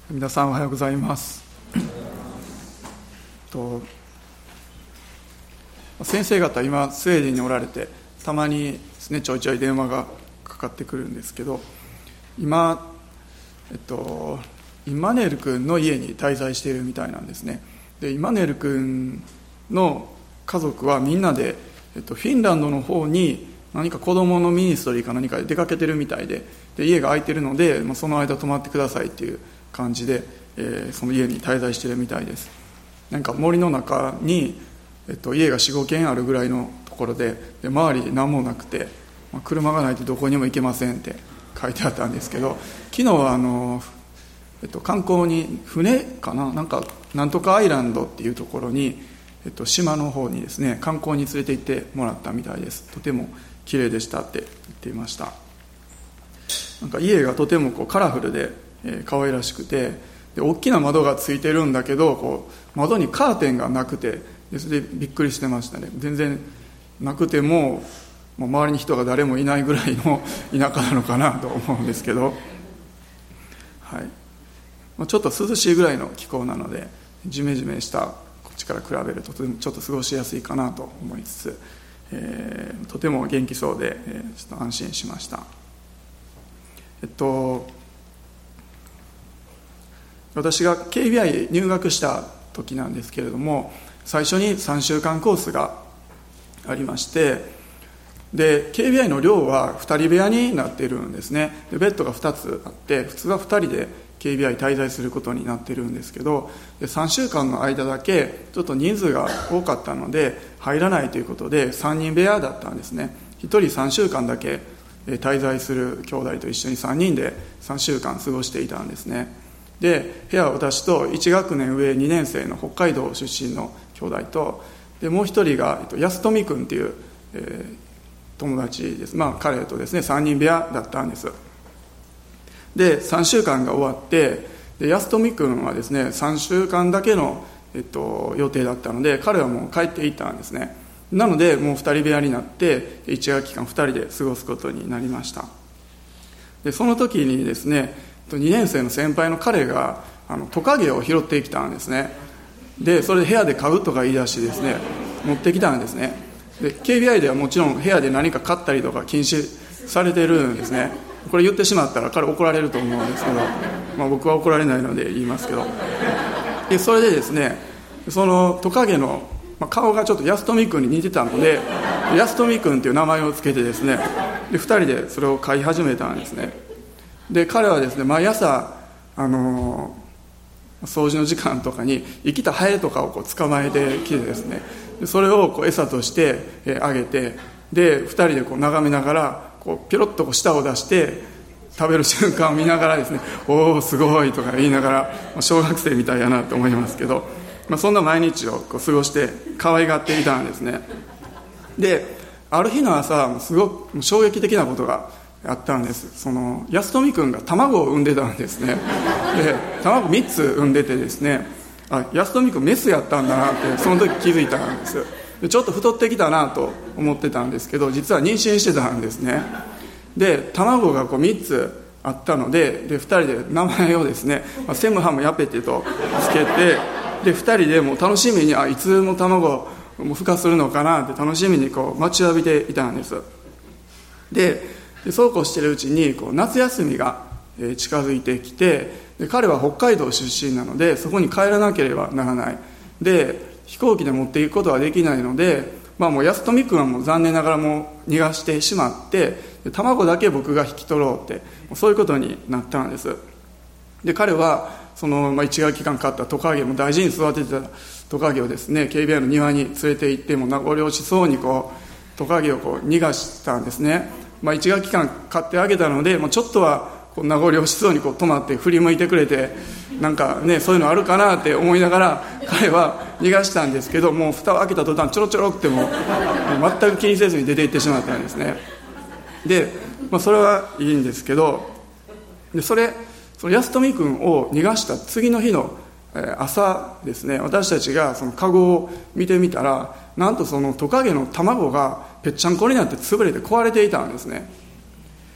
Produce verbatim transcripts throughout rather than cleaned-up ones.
皆さんおはようございますと先生方今スウェーデンにおられて、たまにですねちょいちょい電話がかかってくるんですけど、今、えっと、イマネル君の家に滞在しているみたいなんですね。でイマネル君の家族はみんなで、えっと、フィンランドの方に何か子供のミニストリーか何かで出かけてるみたい で, で家が空いてるので、まあ、その間泊まってくださいっていう感じで、えー、その家に滞在してるみたいです。なんか森の中に、えっと、家が よん,ご 軒あるぐらいのところ で, で周り何もなくて、まあ、車がないとどこにも行けませんって書いてあったんですけど、昨日はあの、えっと、観光に船かななんかなんとかアイランドっていうところに、えっと、島の方にですね観光に連れて行ってもらったみたいです。とても綺麗でしたって言っていました。なんか家がとてもこうカラフルで、えー、可愛らしくて、で大きな窓がついてるんだけどこう窓にカーテンがなくて、でそれでびっくりしてましたね。全然なくても、もう周りに人が誰もいないぐらいの田舎なのかなと思うんですけど、はい、ちょっと涼しいぐらいの気候なので、ジメジメしたこっちから比べるとちょっと過ごしやすいかなと思いつつ、えー、とても元気そうで、えー、ちょっと安心しました。えっと私が ケービーアイ へ入学した時なんですけれども、最初にさんしゅうかんコースがありまして、で ケービーアイ の寮はふたり部屋になっているんですね。でベッドがふたつあって、普通はふたりで ケービーアイ 滞在することになっているんですけど、でさんしゅうかんの間だけちょっと人数が多かったので入らないということでさんにん部屋だったんですね。ひとりさんしゅうかんだけ滞在する兄弟と一緒にさんにんでさんしゅうかん過ごしていたんですね。で部屋は私といち学年上にねん生の北海道出身の兄弟と、でもう一人が安富君っていう、えー、友達です。まあ彼とですねさんにん部屋だったんです。でさんしゅうかんが終わって、で安富君はですねさんしゅうかんだけの、えっと、予定だったので、彼はもう帰っていったんですね。なのでもうふたり部屋になっていち学期間ふたりで過ごすことになりました。でその時にですねにねん生の先輩の彼があのトカゲを拾ってきたんですね。でそれで部屋で飼うとか言い出してですね持ってきたんですね。で ケービーアイ ではもちろん部屋で何か飼ったりとか禁止されてるんですね。これ言ってしまったら彼怒られると思うんですけど、まあ、僕は怒られないので言いますけど、でそれでですねそのトカゲの顔がちょっと安富君に似てたので安富君という名前をつけてですね、でふたりでそれを飼い始めたんですね。で彼はですね毎朝あの掃除の時間とかに生きたハエとかをこう捕まえてきてですね、でそれをこう餌としてあげて、でふたりでこう眺めながらこうピロッとこう舌を出して食べる瞬間を見ながらですねおおすごいとか言いながら小学生みたいやなと思いますけど、まあ、そんな毎日をこう過ごして可愛がっていたんですね。である日の朝すごく衝撃的なことがあったんです。その安富君が卵を産んでたんですね。で卵みっつ産んでてですね、あ安富君メスやったんだなってその時気づいたんです。でちょっと太ってきたなと思ってたんですけど、実は妊娠してたんですね。で卵がこうみっつあったので、でふたりで名前をですね、まあ、セムハムヤペテとつけて、でふたりでもう楽しみにあいつも卵を孵化するのかなって楽しみにこう待ちわびていたんです。ででそうこうしているうちにこう夏休みが近づいてきて、で彼は北海道出身なのでそこに帰らなければならない。で飛行機で持っていくことはできないので、まあ、もう安富君はもう残念ながらもう逃がしてしまって、で卵だけ僕が引き取ろうってそういうことになったんです。で彼はその、まあ、いち学期間飼ったトカゲも大事に育ててたトカゲをですね ケービーアイ の庭に連れて行って、もう名残惜しそうにこうトカゲをこう逃がしたんですね。まあ、いち学期間買ってあげたので、まあ、ちょっとはこう名残惜しそうにこう止まって振り向いてくれて、なんかねそういうのあるかなって思いながら彼は逃がしたんですけど、もう蓋を開けた途端ちょろちょろってもう全く気にせずに出て行ってしまったんですね。で、まあ、それはいいんですけど、でそれその安富君を逃がした次の日の朝ですね、私たちがそのカゴを見てみたら、なんとそのトカゲの卵がぺっちゃんこになって潰れて壊れていたんですね。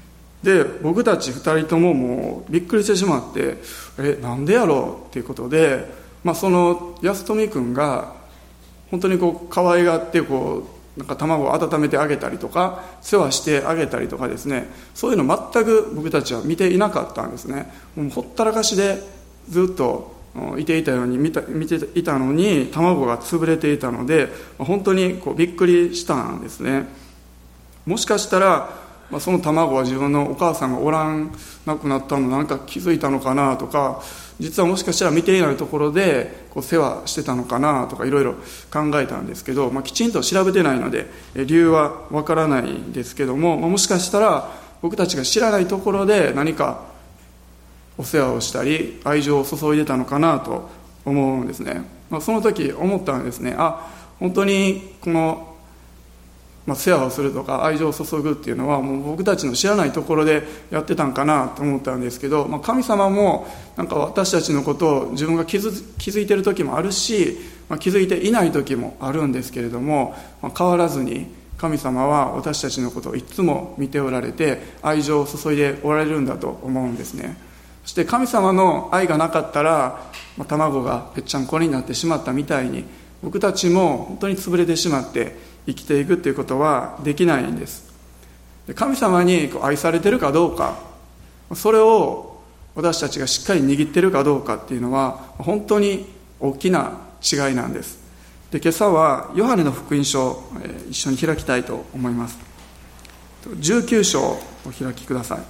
で僕たちふたりとももうびっくりしてしまって、えなんでやろうっていうことで、まあ、その安富君が本当にこう可愛がってこうなんか卵を温めてあげたりとか世話してあげたりとかですね、そういうの全く僕たちは見ていなかったんですね。もうほったらかしでずっといていたように見た見ていたのに卵が潰れていたので、本当にこうびっくりしたんですね。もしかしたら、まあ、その卵は自分のお母さんがおらんなくなったのなんか気づいたのかなとか、実はもしかしたら見ていないところでこう世話してたのかなとかいろいろ考えたんですけど、まあ、きちんと調べてないので理由はわからないんですけども、まあ、もしかしたら僕たちが知らないところで何かお世話をしたり愛情を注いでたのかなと思うんですね。まあ、その時思ったんですね。あ、本当にこのまあ、世話をするとか愛情を注ぐっていうのはもう僕たちの知らないところでやってたんかなと思ったんですけど、まあ、神様もなんか私たちのことを自分が気づ、気づいている時もあるし、まあ、気づいていない時もあるんですけれども、まあ、変わらずに神様は私たちのことをいつも見ておられて愛情を注いでおられるんだと思うんですね。そして神様の愛がなかったら、まあ、卵がぺっちゃんこになってしまったみたいに僕たちも本当に潰れてしまって生きていくということはできないんです。神様に愛されているかどうか、それを私たちがしっかり握っているかどうかっていうのは本当に大きな違いなんです。で、今朝はヨハネの福音書を一緒に開きたいと思います。じゅうきゅう章をお開きください。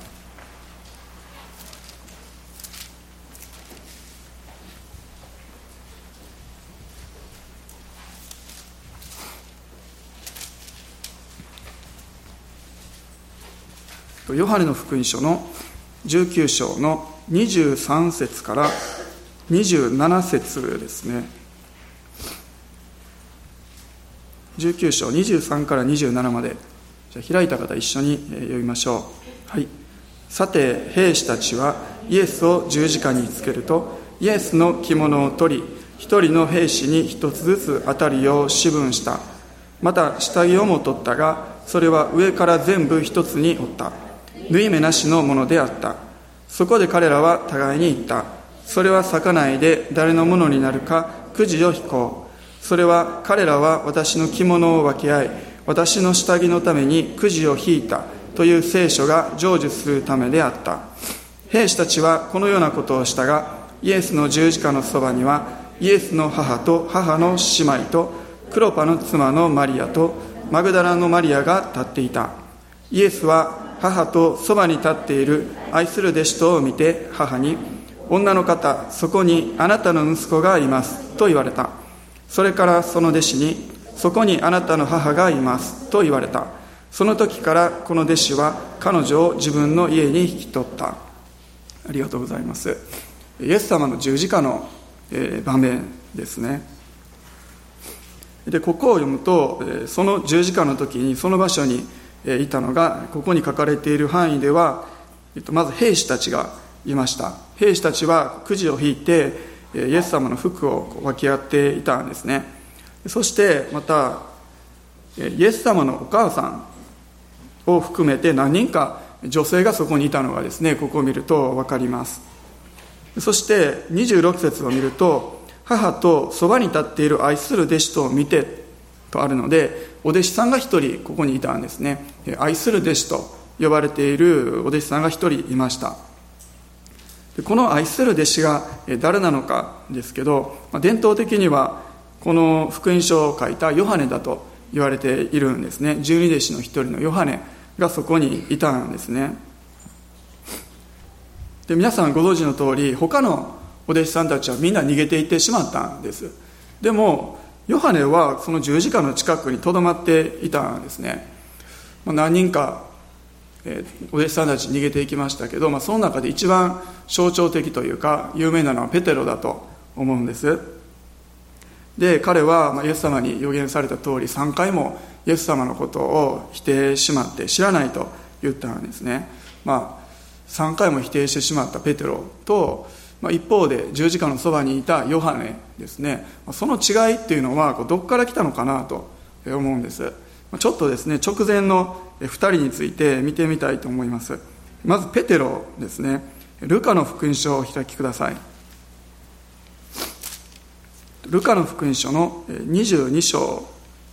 ヨハネの福音書のじゅうきゅう章のにじゅうさん節からにじゅうなな節ですね。じゅうきゅう章にじゅうさんからにじゅうななまで、じゃあ開いた方一緒に読みましょう。はい。さて兵士たちはイエスを十字架につけると、イエスの着物を取り、一人の兵士に一つずつ当たるよう四分した。また下着をも取ったが、それは上から全部一つに折った。縫い目なしのものであった。そこで彼らは互いに言った。それは裂かないで誰のものになるかくじを引こう。それは彼らは私の着物を分け合い、私の下着のためにくじを引いたという聖書が成就するためであった。兵士たちはこのようなことをしたが、イエスの十字架のそばにはイエスの母と母の姉妹とクロパの妻のマリアとマグダラのマリアが立っていた。イエスは母とそばに立っている愛する弟子とを見て母に、女の方、そこにあなたの息子がいますと言われた。それからその弟子に、そこにあなたの母がいますと言われた。その時からこの弟子は彼女を自分の家に引き取った。ありがとうございます。イエス様の十字架の場面ですね。で、ここを読むと、その十字架の時にその場所にいたのが、ここに書かれている範囲では、まず兵士たちがいました。兵士たちはくじを引いてイエス様の服を分け合っていたんですね。そしてまたイエス様のお母さんを含めて何人か女性がそこにいたのがですね、ここを見ると分かります。そしてにじゅうろく節を見ると、母とそばに立っている愛する弟子とを見てとあるので、お弟子さんが一人ここにいたんですね。愛する弟子と呼ばれているお弟子さんが一人いました。で、この愛する弟子が誰なのかですけど、伝統的にはこの福音書を書いたヨハネだと言われているんですね。十二弟子の一人のヨハネがそこにいたんですね。で、皆さんご存知の通り、他のお弟子さんたちはみんな逃げていってしまったんです。でもヨハネはその十字架の近くにとどまっていたんですね。まあ、何人か、えー、お弟子さんたち逃げていきましたけど、まあ、その中で一番象徴的というか有名なのはペテロだと思うんです。で、彼は、まあ、イエス様に予言された通りさんかいもイエス様のことを否定しまって知らないと言ったんですね。まあ、さんかいも否定してしまったペテロと、まあ、一方で十字架のそばにいたヨハネですね。その違いっていうのはどこから来たのかなと思うんです。ちょっとですね、直前のふたりについて見てみたいと思います。 まずペテロですね。ルカの福音書をお開きください。ルカの福音書のにじゅうに章、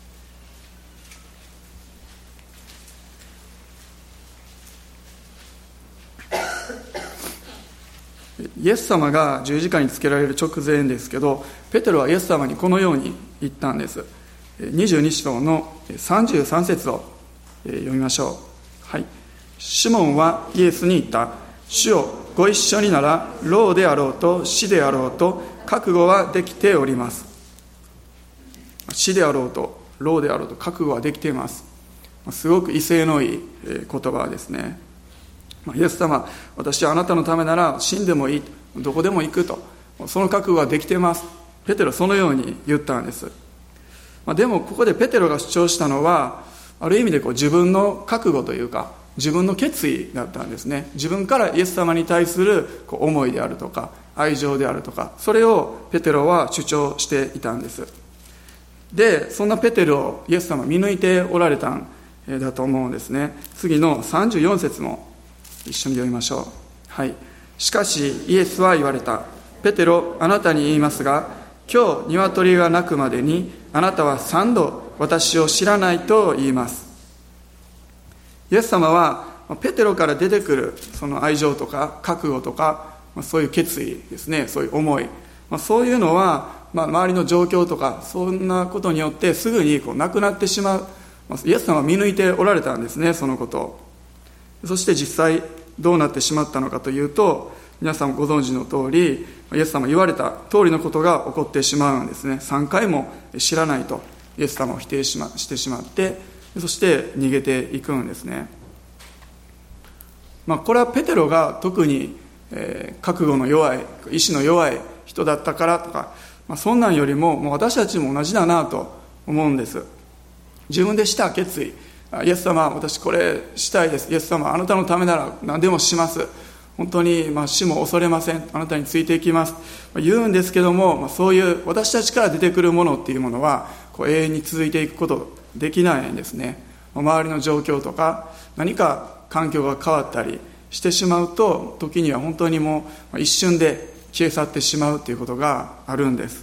イエス様が十字架につけられる直前ですけど、ペテロはイエス様にこのように言ったんです。にじゅうに章のさんじゅうさん節を読みましょう。はい。シモンはイエスに言った。主よ、ご一緒になら老であろうと死であろうと覚悟はできております。死であろうと老であろうと覚悟はできています。すごく威勢のいい言葉ですね。イエス様、私はあなたのためなら死んでもいい、どこでも行くと、その覚悟はできています。ペテロそのように言ったんです。でもここでペテロが主張したのは、ある意味でこう自分の覚悟というか自分の決意だったんですね。自分からイエス様に対するこう思いであるとか愛情であるとか、それをペテロは主張していたんです。で、そんなペテロをイエス様は見抜いておられたんだと思うんですね。次のさんじゅうよん節も一緒に読みましょう。はい。しかしイエスは言われた。ペテロ、あなたに言いますが、今日鶏が鳴くまでにあなたは三度私を知らないと言います。イエス様はペテロから出てくるその愛情とか覚悟とか、そういう決意ですね、そういう思い、そういうのはまあ周りの状況とかそんなことによってすぐにこうなくなってしまう。イエス様は見抜いておられたんですね、そのことを。そして実際どうなってしまったのかというと、皆さんご存知の通り、イエス様言われた通りのことが起こってしまうんですね。さんかいも知らないとイエス様を否定しま、してしまって、そして逃げていくんですね。まあ、これはペテロが特に、えー、覚悟の弱い、意志の弱い人だったからとか、まあ、そんなんよりも、もう私たちも同じだなと思うんです。自分でした決意、イエス様、私これしたいです。イエス様、あなたのためなら何でもします。本当に、まあ、死も恐れません。あなたについていきます。言うんですけども、まあ、そういう私たちから出てくるものっていうものは、こう永遠に続いていくことできないんですね。周りの状況とか、何か環境が変わったりしてしまうと、時には本当にもう一瞬で消え去ってしまうということがあるんです。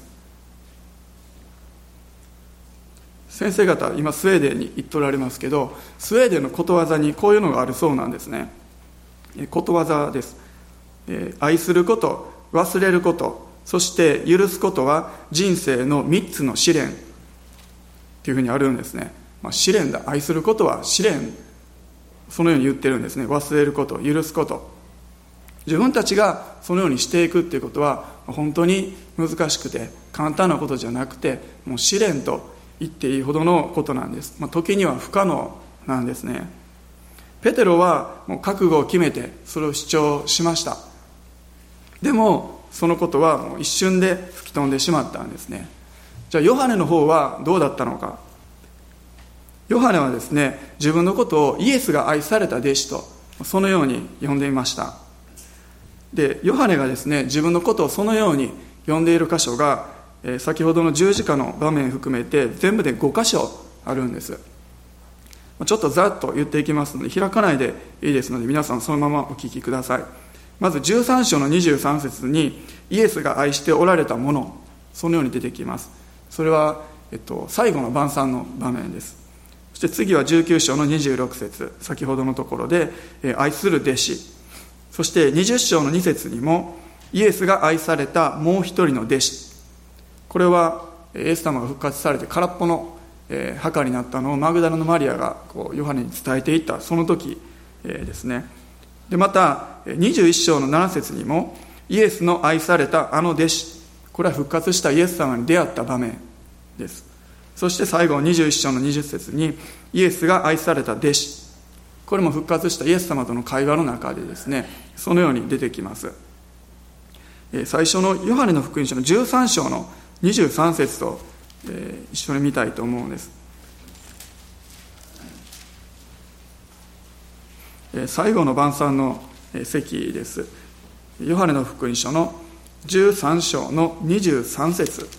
先生方、今スウェーデンに行っておられますけど、スウェーデンのことわざにこういうのがあるそうなんですね。ことわざです。愛すること、忘れること、そして許すことは人生のみっつの試練というふうにあるんですね。まあ、試練だ、愛することは試練、そのように言ってるんですね。忘れること、許すこと、自分たちがそのようにしていくということは本当に難しくて簡単なことじゃなくて、もう試練と言っていいほどのことなんです。まあ、時には不可能なんですね。ペテロはもう覚悟を決めてそれを主張しました。でもそのことはもう一瞬で吹き飛んでしまったんですね。じゃあヨハネの方はどうだったのか。ヨハネはですね、自分のことをイエスが愛された弟子とそのように呼んでいました。で、ヨハネがですね、自分のことをそのように呼んでいる箇所が、えー、先ほどの十字架の場面含めて全部でご箇所あるんです。ちょっとざっと言っていきますので開かないでいいですので、皆さんそのままお聞きください。まずじゅうさん章のにじゅうさん節にイエスが愛しておられたもの、そのように出てきます。それは、えっと、最後の晩餐の場面です。そして次はじゅうきゅう章のにじゅうろく節、先ほどのところで、えー、愛する弟子。そしてにじゅう章のに節にもイエスが愛されたもう一人の弟子。これはイエス様が復活されて空っぽのえー、墓になったのをマグダラのマリアがこうヨハネに伝えていったその時、えー、ですね。でまたにじゅういち章のなな節にもイエスの愛されたあの弟子、これは復活したイエス様に出会った場面です。そして最後にじゅういち章のにじゅう節にイエスが愛された弟子、これも復活したイエス様との会話の中でですね、そのように出てきます。えー、最初のヨハネの福音書のじゅうさん章のにじゅうさん節とえー、一緒に見たいと思うんです。えー、最後の晩餐の、えー、席です。ヨハネの福音書のじゅうさん章のにじゅうさん節、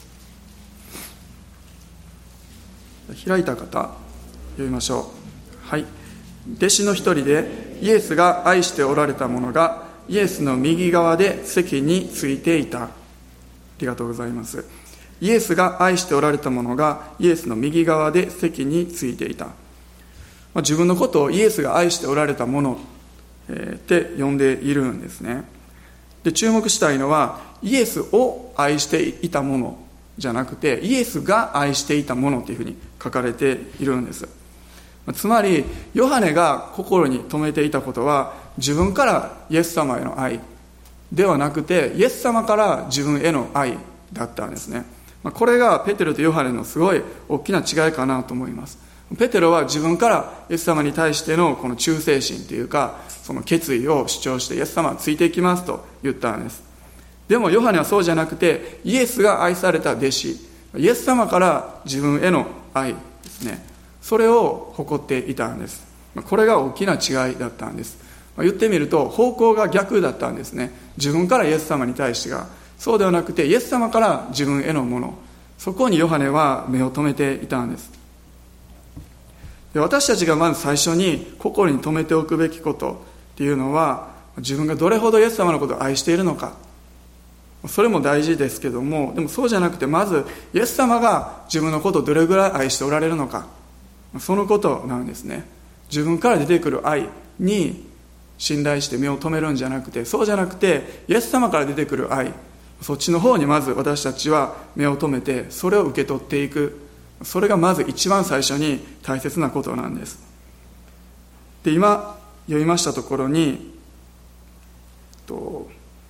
開いた方読みましょう。はい。弟子の一人でイエスが愛しておられた者がイエスの右側で席についていた。ありがとうございます。イエスが愛しておられた者がイエスの右側で席についていた。まあ、自分のことをイエスが愛しておられた者って呼んでいるんですね。で、注目したいのはイエスを愛していた者じゃなくて、イエスが愛していた者というふうに書かれているんです。つまりヨハネが心に留めていたことは、自分からイエス様への愛ではなくて、イエス様から自分への愛だったんですね。これがペテロとヨハネのすごい大きな違いかなと思います。ペテロは自分からイエス様に対してのこの忠誠心というか、その決意を主張して、イエス様はついていきますと言ったんです。でもヨハネはそうじゃなくて、イエスが愛された弟子、イエス様から自分への愛ですね、それを誇っていたんです。これが大きな違いだったんです。言ってみると方向が逆だったんですね。自分からイエス様に対してが、そうではなくてイエス様から自分へのもの、そこにヨハネは目を留めていたんです。で、私たちがまず最初に心に留めておくべきことっていうのは、自分がどれほどイエス様のことを愛しているのか、それも大事ですけども、でもそうじゃなくて、まずイエス様が自分のことをどれぐらい愛しておられるのか、そのことなんですね。自分から出てくる愛に信頼して目を留めるんじゃなくて、そうじゃなくてイエス様から出てくる愛、そっちの方にまず私たちは目を留めて、それを受け取っていく、それがまず一番最初に大切なことなんです。で、今読みましたところにと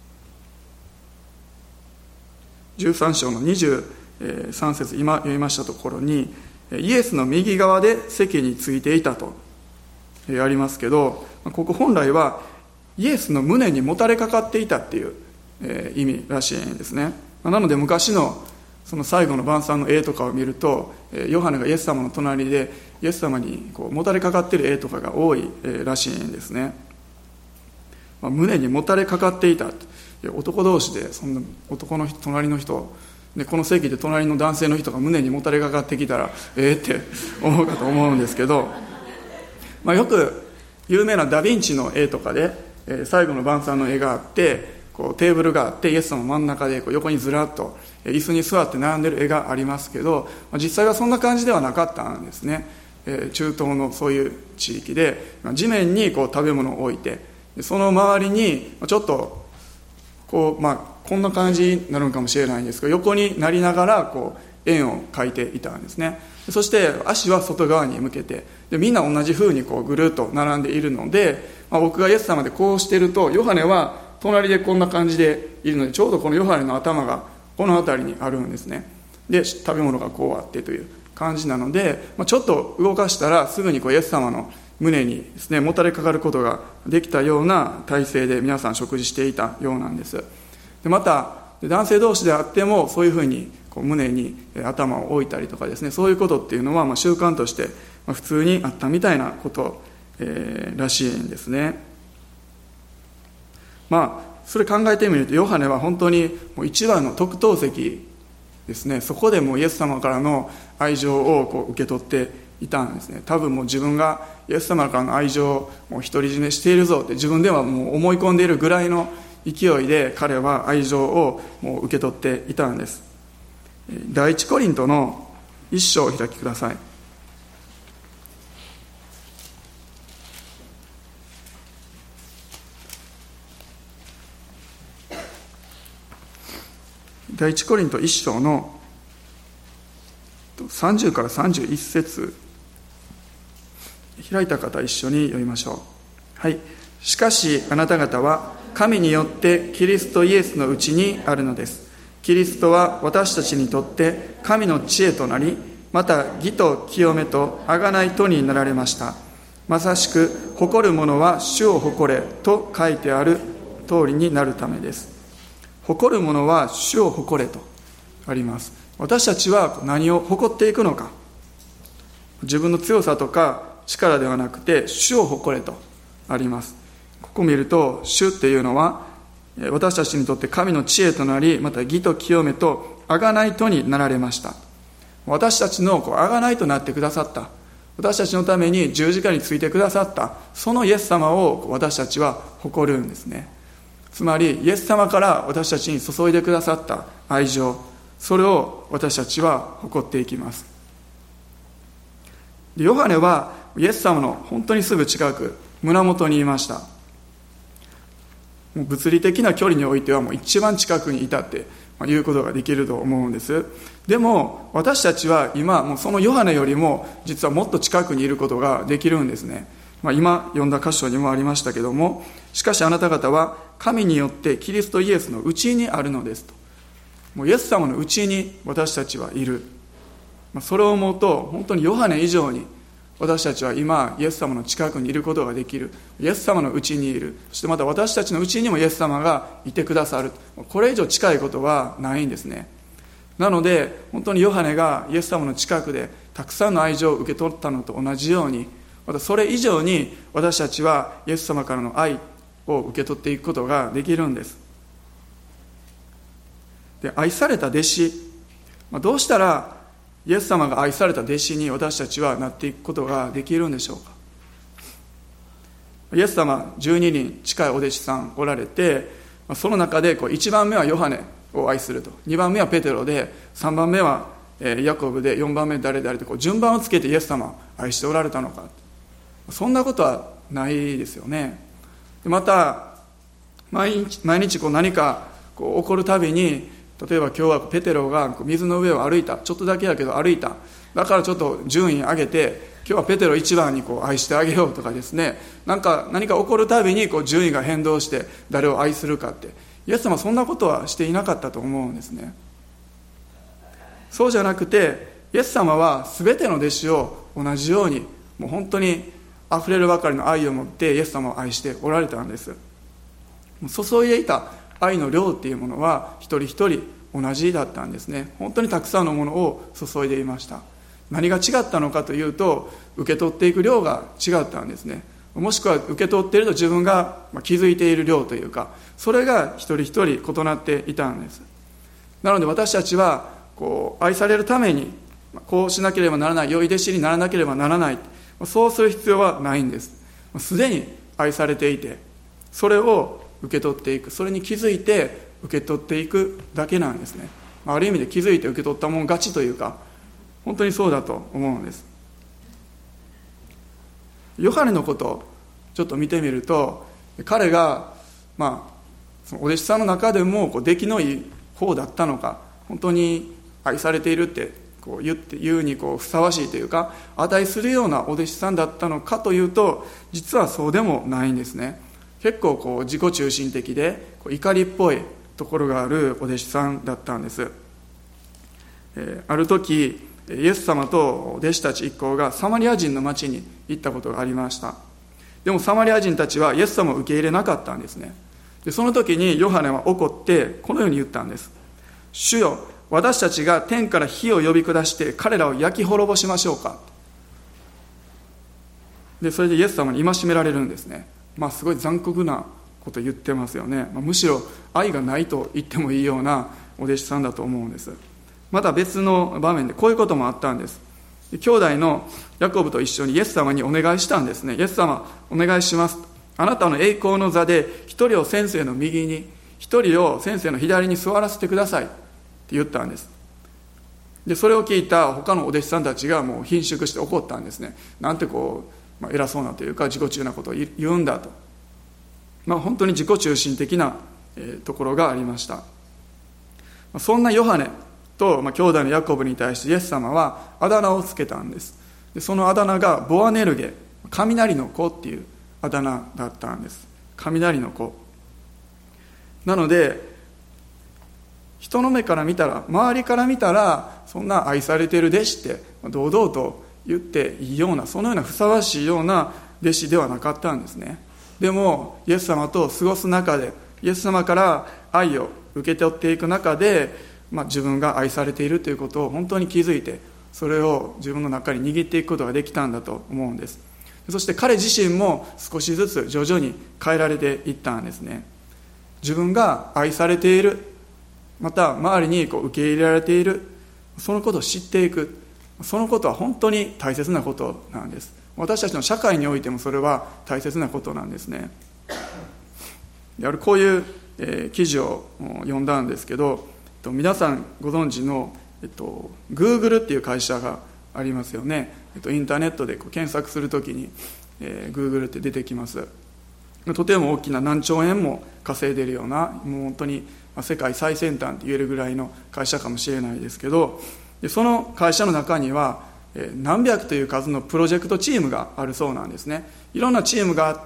じゅうさん章のにじゅうさん節、今読みましたところに、イエスの右側で席についていたとありますけど、ここ本来はイエスの胸にもたれかかっていたっていう意味らしいんですね。なので昔のその最後の晩餐の絵とかを見ると、ヨハネがイエス様の隣でイエス様にこうもたれかかっている絵とかが多いらしいんですね。胸にもたれかかっていた。男同士でそんな男の人、隣の人で、この席で隣の男性の人が胸にもたれかかってきたらええって思うかと思うんですけど、まあ、よく有名なダヴィンチの絵とかで、えー、最後の晩餐の絵があって、こうテーブルがあってイエス様真ん中でこう横にずらっと椅子に座って並んでる絵がありますけど、まあ、実際はそんな感じではなかったんですね。えー、中東のそういう地域で、まあ、地面にこう食べ物を置いて、その周りにちょっとこう、まあ、こんな感じになるのかもしれないんですけど、横になりながらこう円を描いていたんですね。そして足は外側に向けて、でみんな同じ風にこうぐるっと並んでいるので、まあ、僕がイエス様でこうしていると、ヨハネは隣でこんな感じでいるので、ちょうどこのヨハネの頭がこの辺りにあるんですね。で食べ物がこうあってという感じなので、まあ、ちょっと動かしたらすぐにこうイエス様の胸にですねもたれかかることができたような体勢で皆さん食事していたようなんです。でまた男性同士であってもそういうふうにこう胸に頭を置いたりとかですね、そういうことっていうのはまあ習慣として普通にあったみたいなこと、えー、らしいんですね。まあそれ考えてみると、ヨハネは本当にもう一番の特等席ですね。そこでもうイエス様からの愛情をこう受け取っていたんですね。多分もう自分がイエス様からの愛情をもう独り占めしているぞって自分ではもう思い込んでいるぐらいの勢いで彼は愛情をもう受け取っていたんです。第一コリントの一章をお開きください。第一コリント一章のさんじゅうからさんじゅういち節、開いた方一緒に読みましょう。はい。しかしあなた方は神によってキリストイエスのうちにあるのです。キリストは私たちにとって神の知恵となり、また義と清めと贖いとになられました。まさしく誇る者は主を誇れと書いてある通りになるためです。誇る者は主を誇れとあります。私たちは何を誇っていくのか。自分の強さとか力ではなくて主を誇れとあります。ここを見ると主っていうのは私たちにとって神の知恵となり、また義と清めと贖いとになられました。私たちのこう贖いとなってくださった。 私たちのために十字架についてくださったそのイエス様を私たちは誇るんですね。つまりイエス様から私たちに注いでくださった愛情、それを私たちは誇っていきます。ヨハネはイエス様の本当にすぐ近く、胸元にいました。もう物理的な距離においてはもう一番近くにいたっていうことができると思うんです。でも私たちは今もうそのヨハネよりも実はもっと近くにいることができるんですね。まあ、今読んだ箇所にもありましたけども、しかしあなた方は神によってキリストイエスのうちにあるのですと。もうイエス様のうちに私たちはいる。まあ、それを思うと本当にヨハネ以上に私たちは今イエス様の近くにいることができる。イエス様のうちにいる。そしてまた私たちのうちにもイエス様がいてくださる。これ以上近いことはないんですね。なので本当にヨハネがイエス様の近くでたくさんの愛情を受け取ったのと同じように、またそれ以上に私たちはイエス様からの愛を受け取っていくことができるんです。で、愛された弟子、まあ、どうしたらイエス様が愛された弟子に私たちはなっていくことができるんでしょうか。イエス様じゅうににん近いお弟子さんおられて、その中でこういちばんめはヨハネを愛すると、にばんめはペテロで、さんばんめはヤコブで、よんばんめ誰々とこう順番をつけてイエス様を愛しておられたのか。そんなことはないですよね。また毎日、毎日こう何かこう起こるたびに、例えば今日はペテロが水の上を歩いた、ちょっとだけだけど歩いた、だからちょっと順位上げて今日はペテロ一番にこう愛してあげようとかですね、なんか何か起こるたびにこう順位が変動して誰を愛するかって、イエス様はそんなことはしていなかったと思うんですね。そうじゃなくてイエス様は全ての弟子を同じように、もう本当にあふれるばかりの愛を持ってイエス様を愛しておられたんです。注いでいた愛の量っていうものは一人一人同じだったんですね。本当にたくさんのものを注いでいました。何が違ったのかというと、受け取っていく量が違ったんですね。もしくは受け取っていると自分が気づいている量というか、それが一人一人異なっていたんです。なので私たちはこう愛されるためにこうしなければならない、良い弟子にならなければならない、そうする必要はないんです。すでに愛されていて、それを受け取っていく、それに気づいて受け取っていくだけなんですね。ある意味で気づいて受け取ったもん勝ちというか、本当にそうだと思うんです。ヨハネのことをちょっと見てみると、彼がまあそのお弟子さんの中でもこう出来のいい方だったのか、本当に愛されているってこう言って言うにこうふさわしいというか値するようなお弟子さんだったのかというと、実はそうでもないんですね。結構こう自己中心的でこう怒りっぽいところがあるお弟子さんだったんです。えー、ある時イエス様と弟子たち一行がサマリア人の町に行ったことがありました。でもサマリア人たちはイエス様を受け入れなかったんですね。でその時にヨハネは怒ってこのように言ったんです。主よ、私たちが天から火を呼び下して彼らを焼き滅ぼしましょうか。でそれでイエス様に戒められるんですね。まあすごい残酷なこと言ってますよね。まあ、むしろ愛がないと言ってもいいようなお弟子さんだと思うんです。また別の場面でこういうこともあったんです。兄弟のヤコブと一緒にイエス様にお願いしたんですね。イエス様お願いします。あなたの栄光の座で一人を先生の右に、一人を先生の左に座らせてくださいって言ったんです。でそれを聞いた他のお弟子さんたちがもう顰蹙して怒ったんですね。なんてこう、まあ、偉そうなというか自己中なことを言うんだと、まあ、本当に自己中心的な、えー、ところがありました。そんなヨハネと、まあ、兄弟のヤコブに対してイエス様はあだ名をつけたんです。でそのあだ名がボアネルゲ、雷の子っていうあだ名だったんです。雷の子なので、人の目から見たら、周りから見たらそんな愛されている弟子って堂々と言っていいような、そのようなふさわしいような弟子ではなかったんですね。でもイエス様と過ごす中で、イエス様から愛を受け取っていく中で、まあ、自分が愛されているということを本当に気づいて、それを自分の中に握っていくことができたんだと思うんです。そして彼自身も少しずつ徐々に変えられていったんですね。自分が愛されている、また周りにこう受け入れられている、そのことを知っていく、 そのことは本当に大切なことなんです。私たちの社会においてもそれは大切なことなんですね。であるこういう、えー、記事を読んだんですけど、えっと、皆さんご存知の、えっと、Google っていう会社がありますよね。えっと、インターネットでこう検索するときに、えー、Google って出てきます。とても大きな何兆円も稼いでいるような、もう本当に世界最先端と言えるぐらいの会社かもしれないですけど、でその会社の中には何百という数のプロジェクトチームがあるそうなんですね。いろんなチームがあって、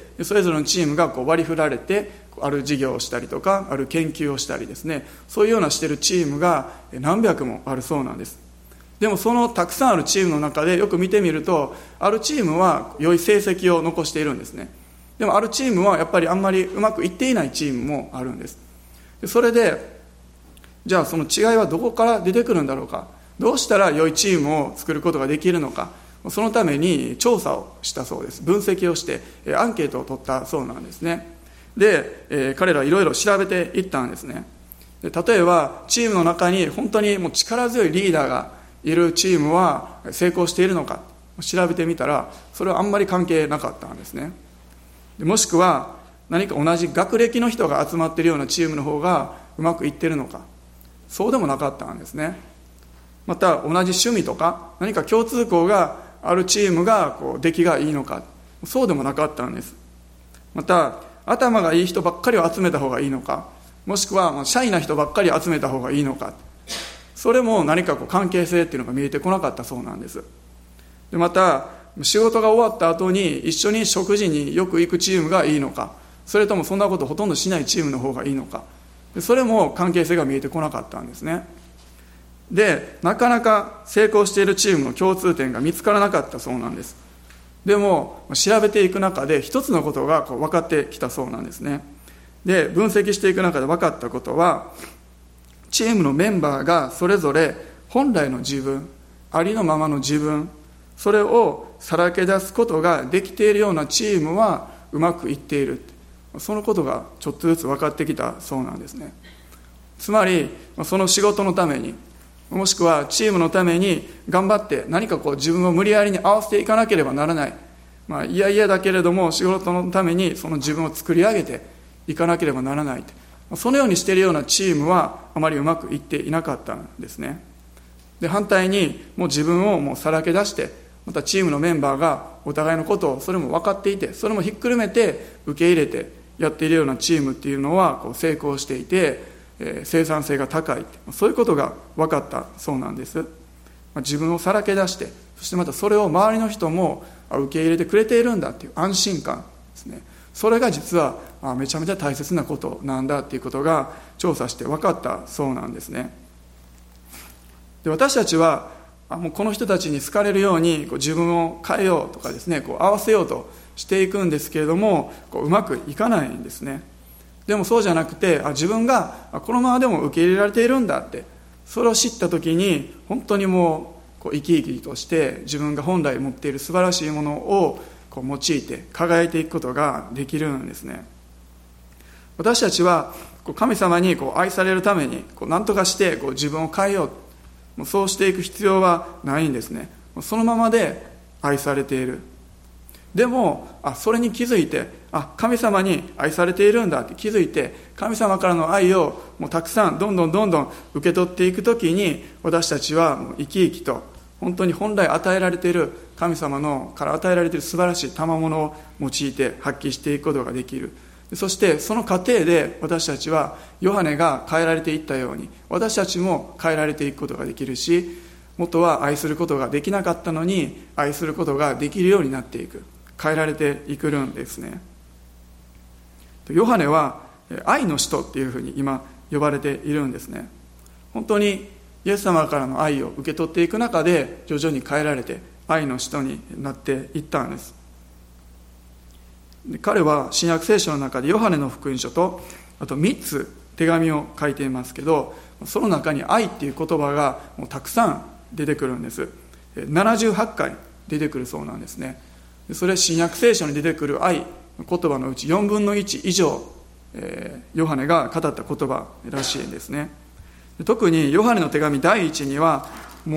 それぞれのチームがこう割り振られて、ある事業をしたりとか、ある研究をしたりですね、そういうようなしているチームが何百もあるそうなんです。でもそのたくさんあるチームの中でよく見てみると、あるチームは良い成績を残しているんですね。でもあるチームはやっぱりあんまりうまくいっていないチームもあるんです。それで、じゃあその違いはどこから出てくるんだろうか、どうしたら良いチームを作ることができるのか、そのために調査をしたそうです。分析をしてアンケートを取ったそうなんですね。で、えー、彼らはいろいろ調べていったんですね。で例えばチームの中に本当にもう力強いリーダーがいるチームは成功しているのか調べてみたら、それはあんまり関係なかったんですね。でもしくは何か同じ学歴の人が集まっているようなチームの方がうまくいっているのか、そうでもなかったんですね。また同じ趣味とか何か共通項があるチームがこう出来がいいのか、そうでもなかったんです。また頭がいい人ばっかりを集めた方がいいのか、もしくはシャイな人ばっかり集めた方がいいのか、それも何かこう関係性っていうのが見えてこなかったそうなんです。でまた仕事が終わった後に一緒に食事によく行くチームがいいのか、それともそんなことほとんどしないチームの方がいいのか、それも関係性が見えてこなかったんですね。でなかなか成功しているチームの共通点が見つからなかったそうなんです。でも調べていく中で一つのことがこう分かってきたそうなんですね。で分析していく中で分かったことは、チームのメンバーがそれぞれ本来の自分、ありのままの自分、それをさらけ出すことができているようなチームはうまくいっている、そのことがちょっとずつ分かってきたそうなんですね。つまりその仕事のために、もしくはチームのために頑張って何かこう自分を無理やりに合わせていかなければならない、まあ、いやいやだけれども仕事のためにその自分を作り上げていかなければならない、そのようにしているようなチームはあまりうまくいっていなかったんですね。で反対にもう自分をもうさらけ出して、またチームのメンバーがお互いのことをそれも分かっていて、それもひっくるめて受け入れてやっているようなチームっていうのはこう成功していて、えー、生産性が高い、そういうことが分かったそうなんです。まあ、自分をさらけ出して、そしてまたそれを周りの人も受け入れてくれているんだっていう安心感ですね。それが実はめちゃめちゃ大切なことなんだっていうことが調査して分かったそうなんですね。で私たちはもうこの人たちに好かれるようにこう自分を変えようとかですね、こう合わせようとしていくんですけれども、こううまくいかないんですね。でもそうじゃなくて、あ自分がこのままでも受け入れられているんだって、それを知った時に本当にもうこう生き生きとして自分が本来持っている素晴らしいものをこう用いて輝いていくことができるんですね。私たちはこう神様にこう愛されるためにこう何とかしてこう自分を変えよう、もうそうしていく必要はないんですね。そのままで愛されている。でもあそれに気づいて、あ神様に愛されているんだって気づいて、神様からの愛をもうたくさんどんどんどんどん受け取っていくときに、私たちはもう生き生きと本当に本来与えられている神様のから与えられている素晴らしい賜物を用いて発揮していくことができる。そしてその過程で私たちはヨハネが変えられていったように、私たちも変えられていくことができるし、元は愛することができなかったのに愛することができるようになっていく、変えられていくんですね。ヨハネは愛の使徒っていうふうに今呼ばれているんですね。本当にイエス様からの愛を受け取っていく中で徐々に変えられて愛の使徒になっていったんです。で彼は新約聖書の中でヨハネの福音書とあとみっつ手紙を書いていますけど、その中に愛っていう言葉がもうたくさん出てくるんです。ななじゅうはちかい出てくるそうなんですね。それ新約聖書に出てくる愛の言葉のうちよんぶんのいち以上、えー、ヨハネが語った言葉らしいんですね。特にヨハネの手紙第一にはもう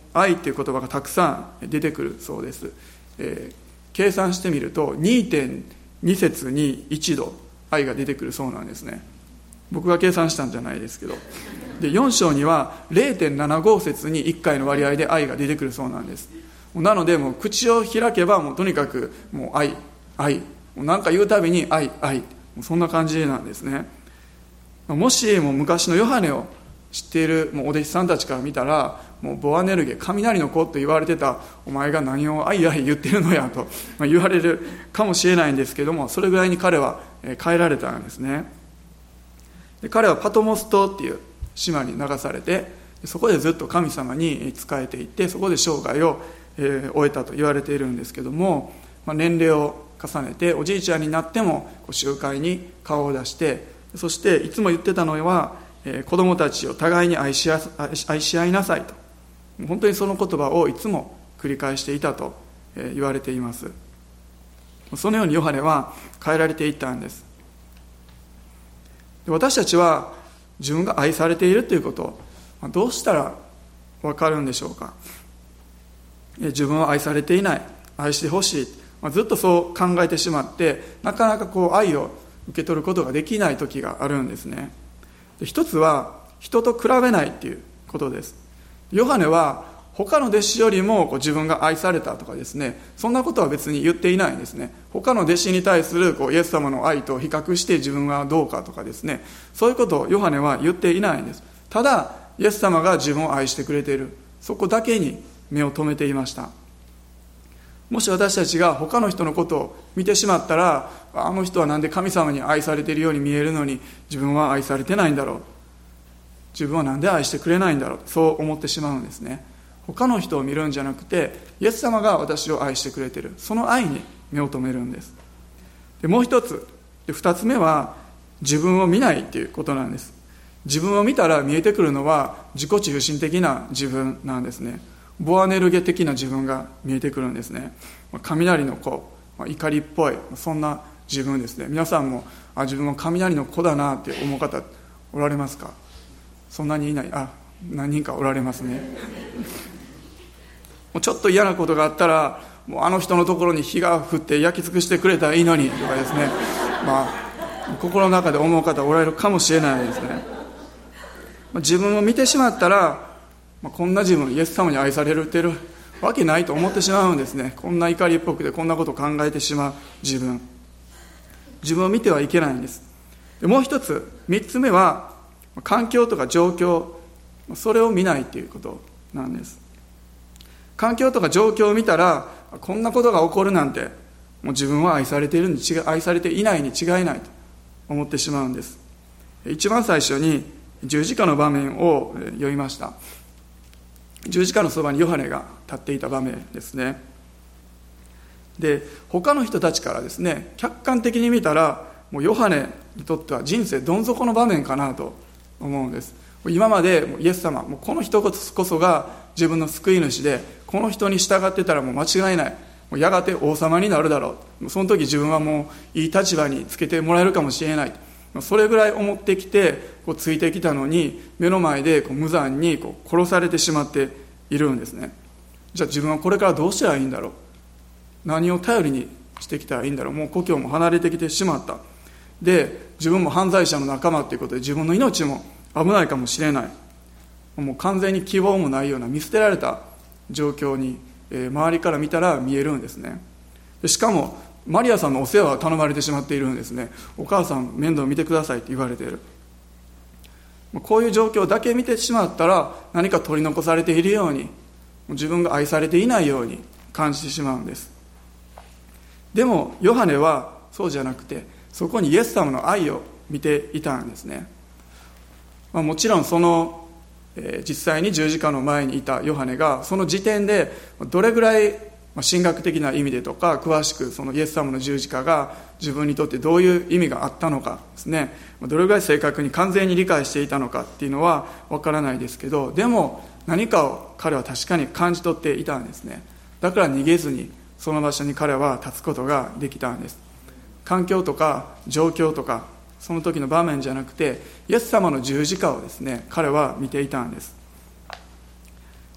愛っていう言葉がたくさん出てくるそうです。えー、計算してみると にてんに 節にいちど愛が出てくるそうなんですね。僕が計算したんじゃないですけど、でよん章には れいてんななご 節にいっかいの割合で愛が出てくるそうなんです。なのでもう口を開けばもうとにかくもう愛愛、もう何か言うたびに愛愛、もうそんな感じなんですね。もしもう昔のヨハネを知っているもうお弟子さんたちから見たら、もうボアネルゲ、雷の子と言われてたお前が何を愛愛言ってるのやと言われるかもしれないんですけども、それぐらいに彼は変えられたんですね。で彼はパトモス島っていう島に流されて、そこでずっと神様に仕えていって、そこで生涯を、えー、終えたと言われているんですけども、まあ、年齢を重ねておじいちゃんになっても集会に顔を出して、そしていつも言ってたのは、えー、子供たちを互いに愛しや愛し合いなさいと、本当にその言葉をいつも繰り返していたと、えー、言われています。そのようにヨハネは変えられていったんです。私たちは自分が愛されているということをどうしたら分かるんでしょうか。自分は愛されていない、愛してほしい、ずっとそう考えてしまって、なかなかこう愛を受け取ることができない時があるんですね。一つは人と比べないということです。ヨハネは他の弟子よりもこう自分が愛されたとかですね、そんなことは別に言っていないんですね。他の弟子に対するこうイエス様の愛と比較して自分はどうかとかですね、そういうことをヨハネは言っていないんです。ただイエス様が自分を愛してくれている、そこだけに目を留めていました。もし私たちが他の人のことを見てしまったら、あの人はなんで神様に愛されているように見えるのに自分は愛されてないんだろう、自分はなんで愛してくれないんだろう、そう思ってしまうんですね。他の人を見るんじゃなくて、イエス様が私を愛してくれている、その愛に目を留めるんです。でもう一つ、で二つ目は自分を見ないということなんです。自分を見たら見えてくるのは自己中心的な自分なんですね。ボアネルゲ的な自分が見えてくるんですね。雷の子、怒りっぽい、そんな自分ですね。皆さんもあ自分は雷の子だなって思う方おられますか？そんなにいない、あ、何人かおられますね。もうちょっと嫌なことがあったら、もうあの人のところに火が降って焼き尽くしてくれたらいいのにとかですね、まあ心の中で思う方おられるかもしれないですね。自分を見てしまったら、まあ、こんな自分イエス様に愛されてるわけないと思ってしまうんですね。こんな怒りっぽくてこんなことを考えてしまう自分自分を見てはいけないんです。でもう一つ、三つ目は環境とか状況、それを見ないということなんです。環境とか状況を見たら、こんなことが起こるなんて、もう自分は愛されているに違い、愛されていないに違いないと思ってしまうんです。一番最初に十字架の場面を読みました。十字架のそばにヨハネが立っていた場面ですね。で、他の人たちからですね、客観的に見たら、もうヨハネにとっては人生どん底の場面かなと思うんです。今までイエス様、もうこの人こそが自分の救い主で、この人に従ってたらもう間違いない、もうやがて王様になるだろう、その時自分はもういい立場につけてもらえるかもしれない、それぐらい思ってきてこうついてきたのに、目の前でこう無残にこう殺されてしまっているんですね。じゃあ自分はこれからどうしたらいいんだろう、何を頼りにしてきたらいいんだろう、もう故郷も離れてきてしまった。で、自分も犯罪者の仲間ということで自分の命も危ないかもしれない、もう完全に希望もないような見捨てられた状況に、えー、周りから見たら見えるんですね。でしかもマリアさんのお世話を頼まれてしまっているんですね。お母さん面倒見てくださいって言われている。こういう状況だけ見てしまったら、何か取り残されているように、自分が愛されていないように感じてしまうんです。でもヨハネはそうじゃなくて、そこにイエス様の愛を見ていたんですね。まあ、もちろんその、えー、実際に十字架の前にいたヨハネがその時点でどれぐらい神学的な意味でとか、詳しくそのイエス様の十字架が自分にとってどういう意味があったのかですね、どれぐらい正確に完全に理解していたのかっていうのはわからないですけど、でも何かを彼は確かに感じ取っていたんですね。だから逃げずにその場所に彼は立つことができたんです。環境とか状況とかその時の場面じゃなくて、イエス様の十字架をですね、彼は見ていたんです。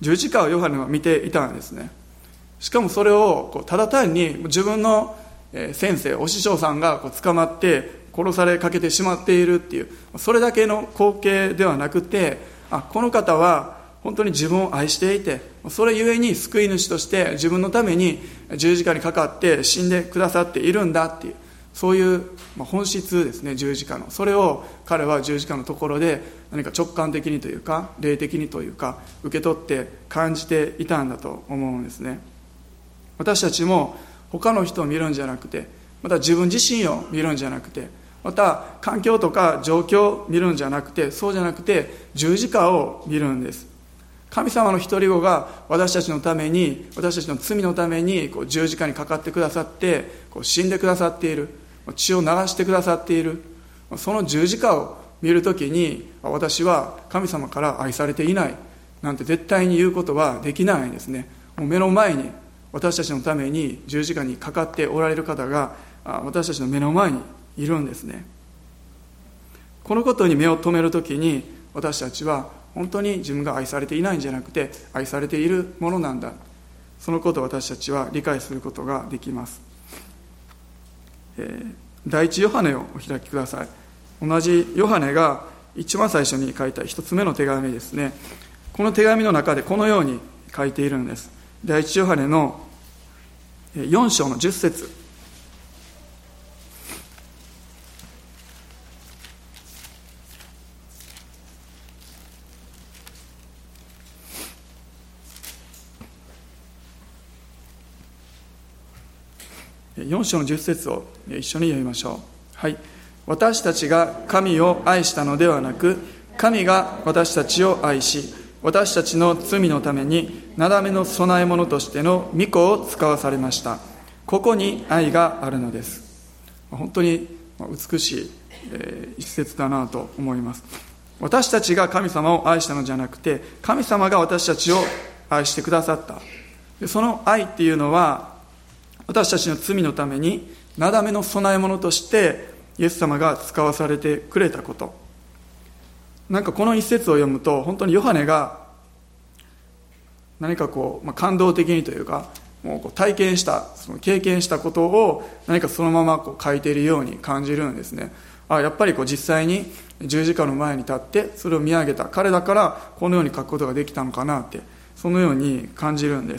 十字架をヨハネは見ていたんですね。しかもそれをこうただ単に自分の先生お師匠さんがこう捕まって殺されかけてしまっているっていうそれだけの光景ではなくて、あこの方は本当に自分を愛していて、それゆえに救い主として自分のために十字架にかかって死んでくださっているんだっていう、そういう本質ですね、十字架の。それを彼は十字架のところで何か直感的にというか霊的にというか受け取って感じていたんだと思うんですね。私たちも他の人を見るんじゃなくて、また自分自身を見るんじゃなくて、また環境とか状況を見るんじゃなくて、そうじゃなくて十字架を見るんです。神様の一人子が私たちのために、私たちの罪のためにこう十字架にかかってくださって、こう死んでくださっている、血を流してくださっている、その十字架を見るときに、私は神様から愛されていないなんて絶対に言うことはできないんですね。もう目の前に私たちのために十字架にかかっておられる方が私たちの目の前にいるんですね。このことに目を留めるときに、私たちは本当に自分が愛されていないんじゃなくて愛されているものなんだ、そのことを私たちは理解することができます。えー、第一ヨハネをお開きください。同じヨハネが一番最初に書いた一つ目の手紙ですね。この手紙の中でこのように書いているんです。第一ヨハネのよん章のじゅっ節。よん章のじゅっ節を一緒に読みましょう。はい。私たちが神を愛したのではなく、神が私たちを愛し、私たちの罪のためになだめの供え物としての御子を使わされました。ここに愛があるのです。本当に美しい、えー、一節だなと思います。私たちが神様を愛したのじゃなくて、神様が私たちを愛してくださった。でその愛っていうのは、私たちの罪のためになだめの供え物としてイエス様が使わされてくれたこと。なんかこの一節を読むと、本当にヨハネが何かこう、まあ、感動的にというか、もうこう体験した、その経験したことを何かそのままこう書いているように感じるんですね。あ、やっぱりこう実際に十字架の前に立ってそれを見上げた彼だからこのように書くことができたのかなって、そのように感じるんです。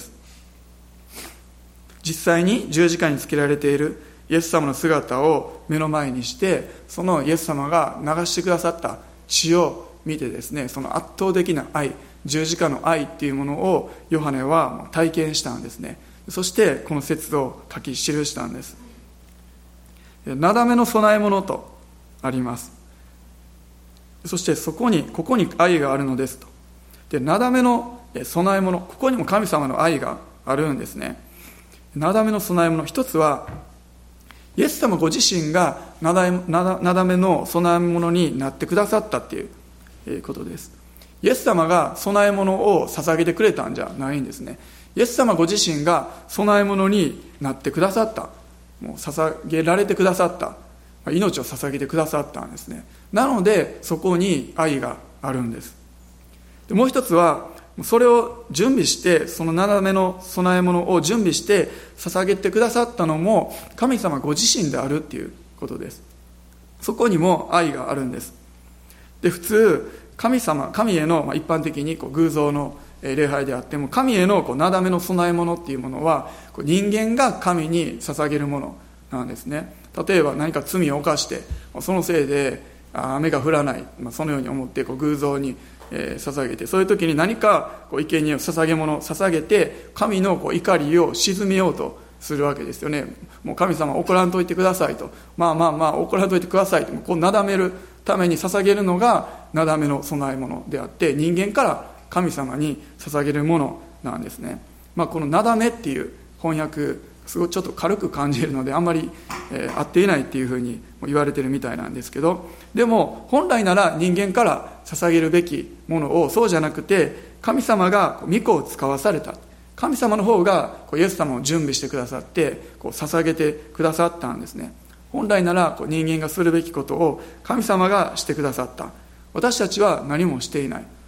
実際に十字架につけられているイエス様の姿を目の前にして、そのイエス様が流してくださった血を見てですね、その圧倒的な愛、十字架の愛っていうものをヨハネは体験したんですね。そしてこの説を書き記したんです。なだめの供え物とあります。そしてそこにここに愛があるのですと。で、なだめの供え物、ここにも神様の愛があるんですね。なだめの供え物、一つはイエス様ご自身がなだめの供え物になってくださったっていうことです。イエス様が供え物を捧げてくれたんじゃないんですね。イエス様ご自身が供え物になってくださった、もう捧げられてくださった、命を捧げてくださったんですね。なのでそこに愛があるんです。でもう一つは、それを準備して、そのなだめの供え物を準備して捧げてくださったのも神様ご自身であるっていうことです。そこにも愛があるんです。で、普通神様、神への、まあ、一般的にこう偶像の礼拝であっても、神へのこうなだめの供え物っていうものはこう人間が神に捧げるものなんですね。例えば何か罪を犯してそのせいで雨が降らない、まあ、そのように思ってこう偶像にえー、捧げて、そういう時に何かこう生贄を捧げ物を捧げて神のこう怒りを鎮めようとするわけですよね。もう神様怒らんといてくださいと、まあまあまあ怒らんといてくださいと、こうなだめるために捧げるのがなだめの供え物であって、人間から神様に捧げるものなんですね。まあ、このなだめっていう翻訳すごいちょっと軽く感じるのであんまり、えー、合っていないっていうふうに言われてるみたいなんですけど、でも本来なら人間から捧げるべきものをそうじゃなくて、神様が御子を使わされた、神様の方がイエス様を準備してくださってこう捧げてくださったんですね。本来ならこう人間がするべきことを神様がしてくださった。私たちは何もしていない。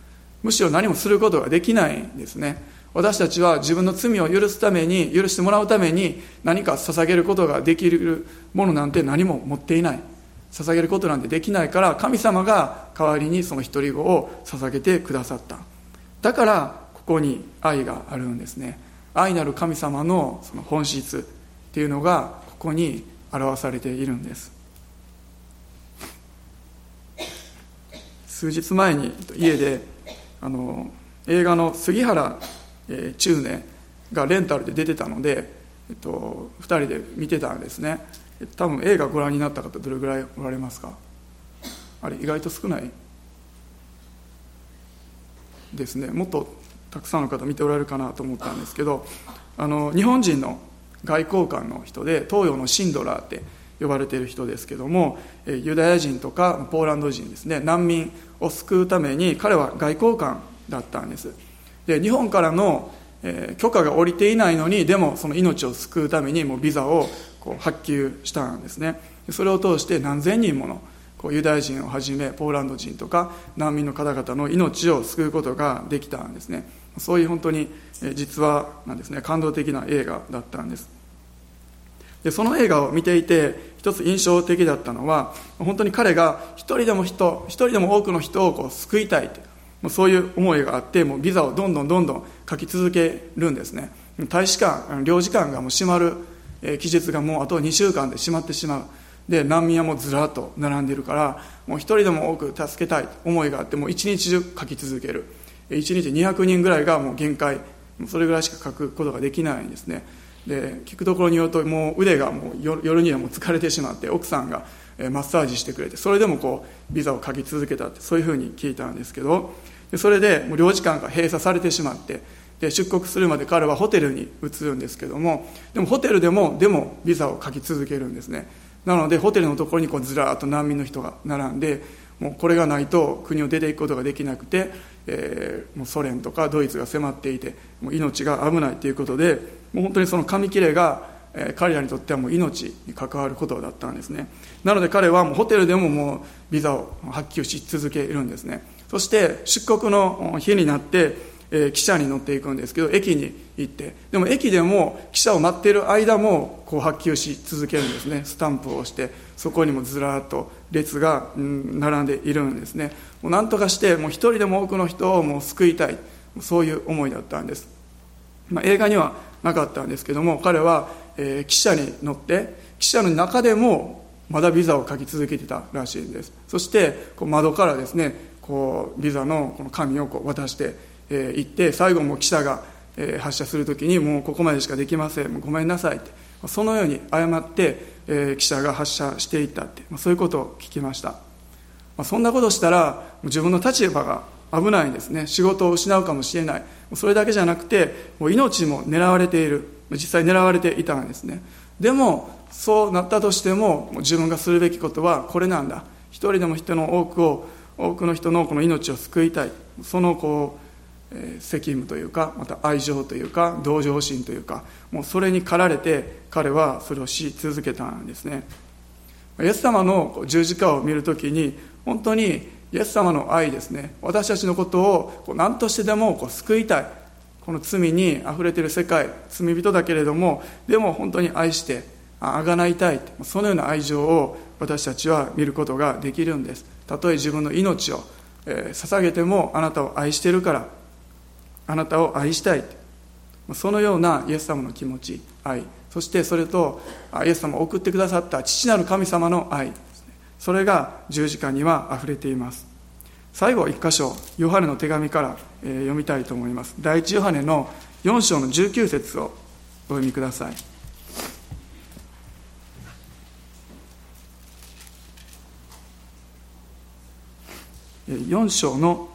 むしろ何もすることができないんですね。私たちは自分の罪を許すために、許してもらうために何か捧げることができるものなんて何も持っていない。捧げることなんてできないから、神様が代わりにその一人子を捧げてくださった。だからここに愛があるんですね。愛なる神様のその本質っていうのがここに表されているんです。数日前に家であの映画の杉原えー、中年がレンタルで出てたので、えっと、ふたりで見てたんですね。多分映画ご覧になった方どれぐらいおられますか？あれ意外と少ないですね。もっとたくさんの方見ておられるかなと思ったんですけど、あの日本人の外交官の人で、東洋のシンドラーって呼ばれている人ですけども、ユダヤ人とかポーランド人ですね、難民を救うために彼は外交官だったんです。で日本からの、えー、許可が下りていないのに、でもその命を救うためにもうビザをこう発給したんですね。それを通して何千人ものこうユダヤ人をはじめポーランド人とか難民の方々の命を救うことができたんですね。そういう本当に、えー、実話なんですね。感動的な映画だったんです。でその映画を見ていて一つ印象的だったのは、本当に彼が一人でも人一人でも多くの人をこう救いたいという、そういう思いがあって、もうビザをどんどんどんどん書き続けるんですね。大使館領事館がもう閉まる、えー、期日がもうあとにしゅうかんで閉まってしまう。で難民はもうずらっと並んでいるから、もう一人でも多く助けたい思いがあって、もう一日中書き続ける。一日にひゃくにんぐらいがもう限界、それぐらいしか書くことができないんですね。で聞くところによると、もう腕がもう夜にはもう疲れてしまって、奥さんがマッサージしてくれて、それでもこうビザを書き続けたって、そういうふうに聞いたんですけど、でそれでもう領事館が閉鎖されてしまって、で出国するまで彼はホテルに移るんですけども、でもホテルでもでもビザを書き続けるんですね。なのでホテルのところにこうずらーっと難民の人が並んで、もうこれがないと国を出ていくことができなくて、えー、もうソ連とかドイツが迫っていて、もう命が危ないということで、もう本当にその紙切れが、えー、彼らにとってはもう命に関わることだったんですね。なので彼はもうホテルでももうビザを発給し続けるんですね。そして出国の日になって、えー、汽車に乗っていくんですけど、駅に行って、でも駅でも汽車を待っている間もこう発給し続けるんですね。スタンプをして、そこにもずらーっと列が、うん、並んでいるんですね。もう何とかしてもう一人でも多くの人をもう救いたい、そういう思いだったんです。まあ、映画にはなかったんですけども、彼は、えー、汽車に乗って汽車の中でもまだビザを書き続けてたらしいんです。そしてこう窓からですね、こうビザのこの紙をこう渡して、えー、行って、最後も記者が、えー、発車するときに、もうここまでしかできません、もうごめんなさいって、そのように謝って、えー、記者が発車していったって、まあ、そういうことを聞きました。まあ、そんなことをしたら自分の立場が危ないんですね。仕事を失うかもしれない。それだけじゃなくて、もう命も狙われている、実際狙われていたんですね。でもそうなったとしても、自分がするべきことはこれなんだ。一人でも人の多くを多くの人のこの命を救いたい、そのこう、えー、責務というか、また愛情というか、同情心というか、もうそれに駆られて彼はそれをし続けたんですね。イエス様の十字架を見るときに、本当にイエス様の愛ですね、私たちのことをこう何としてでもこう救いたい、この罪にあふれている世界、罪人だけれども、でも本当に愛してあがないたい、そのような愛情を私たちは見ることができるんです。たとえ自分の命を、えー、捧げても、あなたを愛しているから、あなたを愛したい、そのようなイエス様の気持ち、愛、そしてそれとイエス様を送ってくださった父なる神様の愛、それが十字架にはあふれています。最後一箇所、ヨハネの手紙から、えー、読みたいと思います。第一ヨハネのよん章のじゅうきゅう節をお読みください。よん章の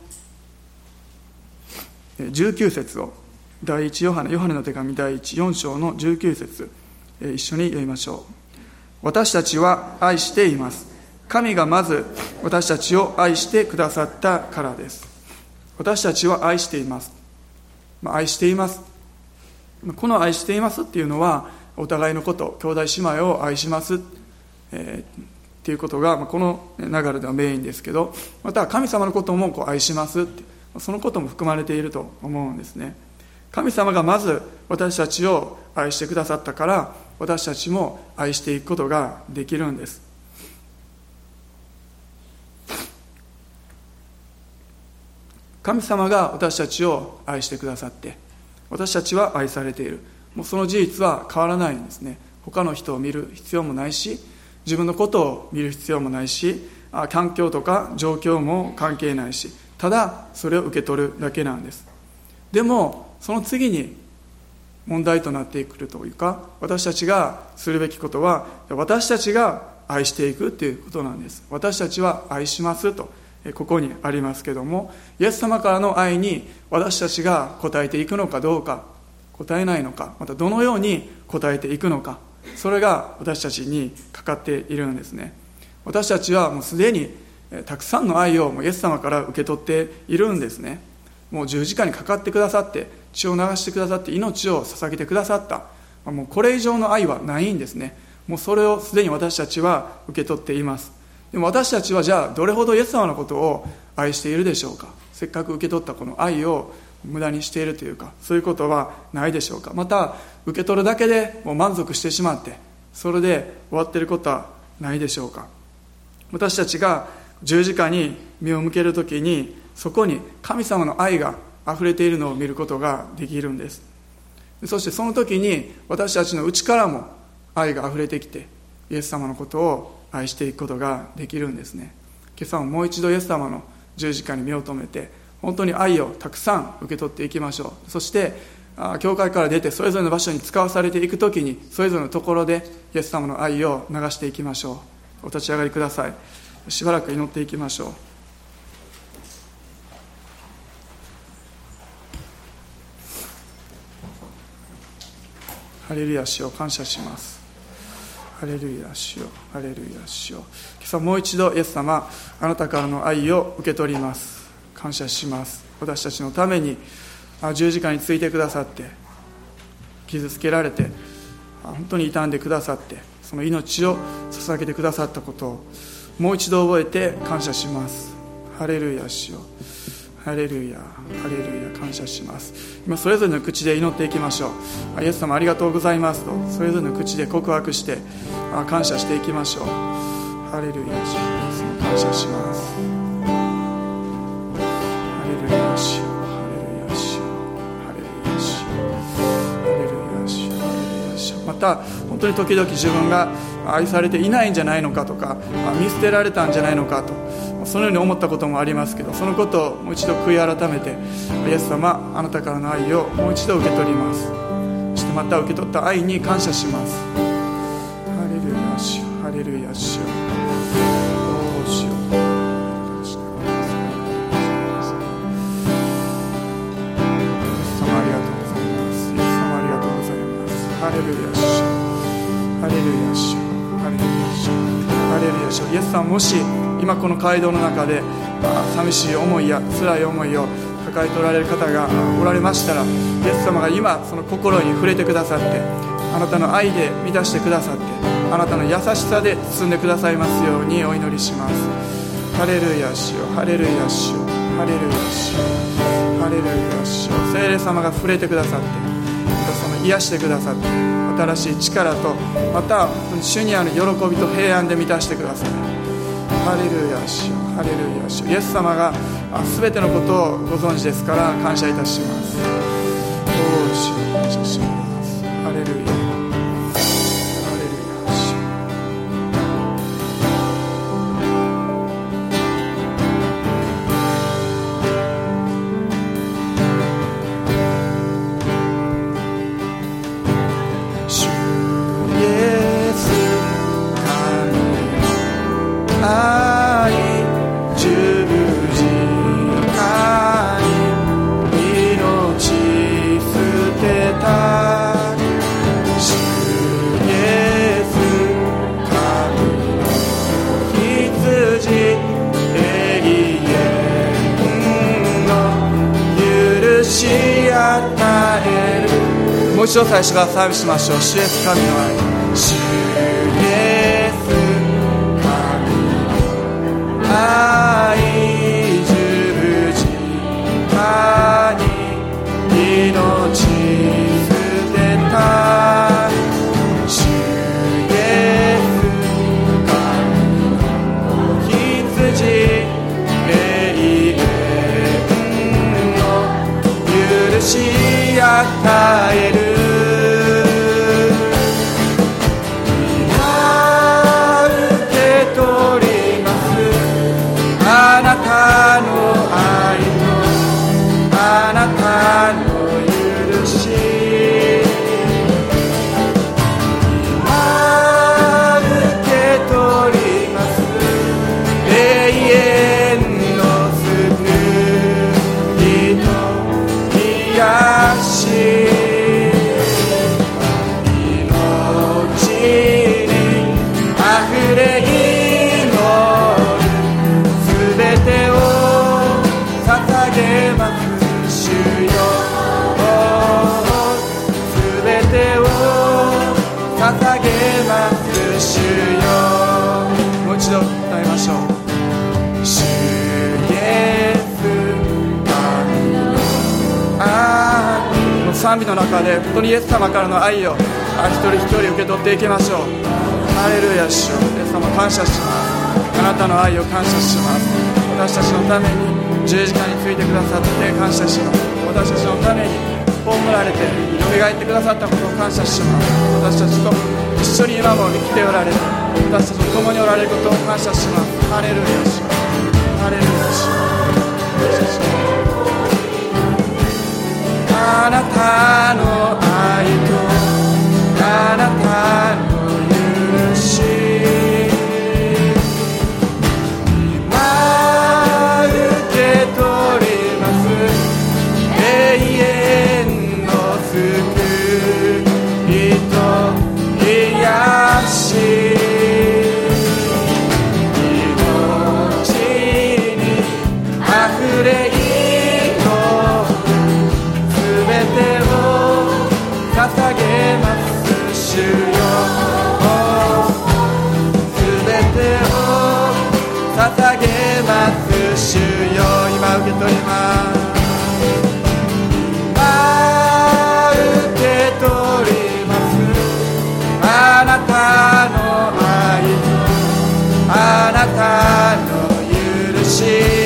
じゅうきゅう節を、第一ヨハネ、ヨハネの手紙第一よん章のじゅうきゅう節、一緒に読みましょう。私たちは愛しています。神がまず私たちを愛してくださったからです。私たちは愛しています。まあ、愛しています。この愛していますっていうのは、お互いのこと、兄弟姉妹を愛します、えーっていうことがこの流れではメインですけど、また神様のこともこう愛しますって、 そのことも含まれていると思うんですね。神様がまず私たちを愛してくださったから、私たちも愛していくことができるんです。神様が私たちを愛してくださって、私たちは愛されている。もうその事実は変わらないんですね。他の人を見る必要もないし、自分のことを見る必要もないし、環境とか状況も関係ないし、ただそれを受け取るだけなんです。でもその次に問題となってくるというか、私たちがするべきことは、私たちが愛していくということなんです。私たちは愛しますとここにありますけども、イエス様からの愛に私たちが応えていくのかどうか、応えないのか、またどのように応えていくのか、それが私たちにかかっているんですね。私たちはもうすでにたくさんの愛をもうイエス様から受け取っているんですね。もう十字架にかかってくださって、血を流してくださって、命を捧げてくださった、もうこれ以上の愛はないんですね。もうそれをすでに私たちは受け取っています。でも私たちはじゃあどれほどイエス様のことを愛しているでしょうか。せっかく受け取ったこの愛を無駄にしているというか、そういうことはないでしょうか。また受け取るだけでもう満足してしまって、それで終わっていることはないでしょうか。私たちが十字架に目を向けるときに、そこに神様の愛があふれているのを見ることができるんです。そしてその時に私たちの内からも愛があふれてきて、イエス様のことを愛していくことができるんですね。今朝ももう一度イエス様の十字架に目を留めて、本当に愛をたくさん受け取っていきましょう。そして教会から出てそれぞれの場所に使わされていくときに、それぞれのところでイエス様の愛を流していきましょう。お立ち上がりください。しばらく祈っていきましょう。ハレルヤ主を感謝します。ハレルヤ主よ、ハレルヤ主よ。今朝もう一度イエス様、あなたからの愛を受け取ります。感謝します。私たちのために十字架についてくださって、傷つけられて本当に傷んでくださって、その命を捧げてくださったことをもう一度覚えて感謝します。ハレルヤ主よ、ハレルヤ、ハレルヤ、感謝します。今それぞれの口で祈っていきましょう。イエス様ありがとうございますとそれぞれの口で告白して感謝していきましょう。ハレルヤ主、イエス様感謝します。ハレルヤ主、ハレルヤ主、ハレルヤ主、ハレルヤ主、ハレルヤ主。また本当に時々自分が愛されていないんじゃないのかとか、見捨てられたんじゃないのかと、そのように思ったこともありますけど、そのことをもう一度悔い改めて、イエス様あなたからの愛をもう一度受け取ります。そしてまた受け取った愛に感謝します。ハレルヤ主、ハレルヤ主、おー主よ、イエス様ありがとうございます。イエス様ありがとうございます。ハレルヤ主、ハレルヤ主、ハレルヤ主、ハレルヤ主。イエス様、もし今この街道の中で寂しい思いや辛い思いを抱えておられる方がおられましたら、イエス様が今その心に触れてくださって、あなたの愛で満たしてくださって、あなたの優しさで包んでくださいますようにお祈りします。ハレルヤ主よ、ハレルヤ主よ、ハレルヤ主よ、ハレルヤ主よ。聖霊様が触れてくださって、またその癒してくださって、新しい力と、また主にある喜びと平安で満たしてください。ハレルヤ主よ、ハレルヤ主。イエス様が全てのことをご存知ですから感謝いたします。おー主よ、感謝します。ハレルヤ、ハレルヤ主。主イエス神愛十字架に命捨てた主イエス神の羊永遠の許し与える。もう一度最初から賛美しましょう。主イエス神の愛、主イエス愛十字賛美の中で本当にイエス様からの愛を一人一人受け取っていきましょう。ハレルヤ主よ、イエス様感謝します。あなたの愛を感謝します。私たちのために十字架についてくださって感謝します。私たちのために葬られてよみがえってくださったことを感謝します。私たちと一緒に今も生きておられる、私たちと共におられることを感謝します。ハレルヤ主、ハレルヤ主、感謝します。あなたの愛とあなたの許し、今受け取ります。永遠の救いと癒し、命にあふれ捧げます主よ、すべてを捧げます主よ。今受け取ります。今受け取ります。あなたの愛とあなたの許し、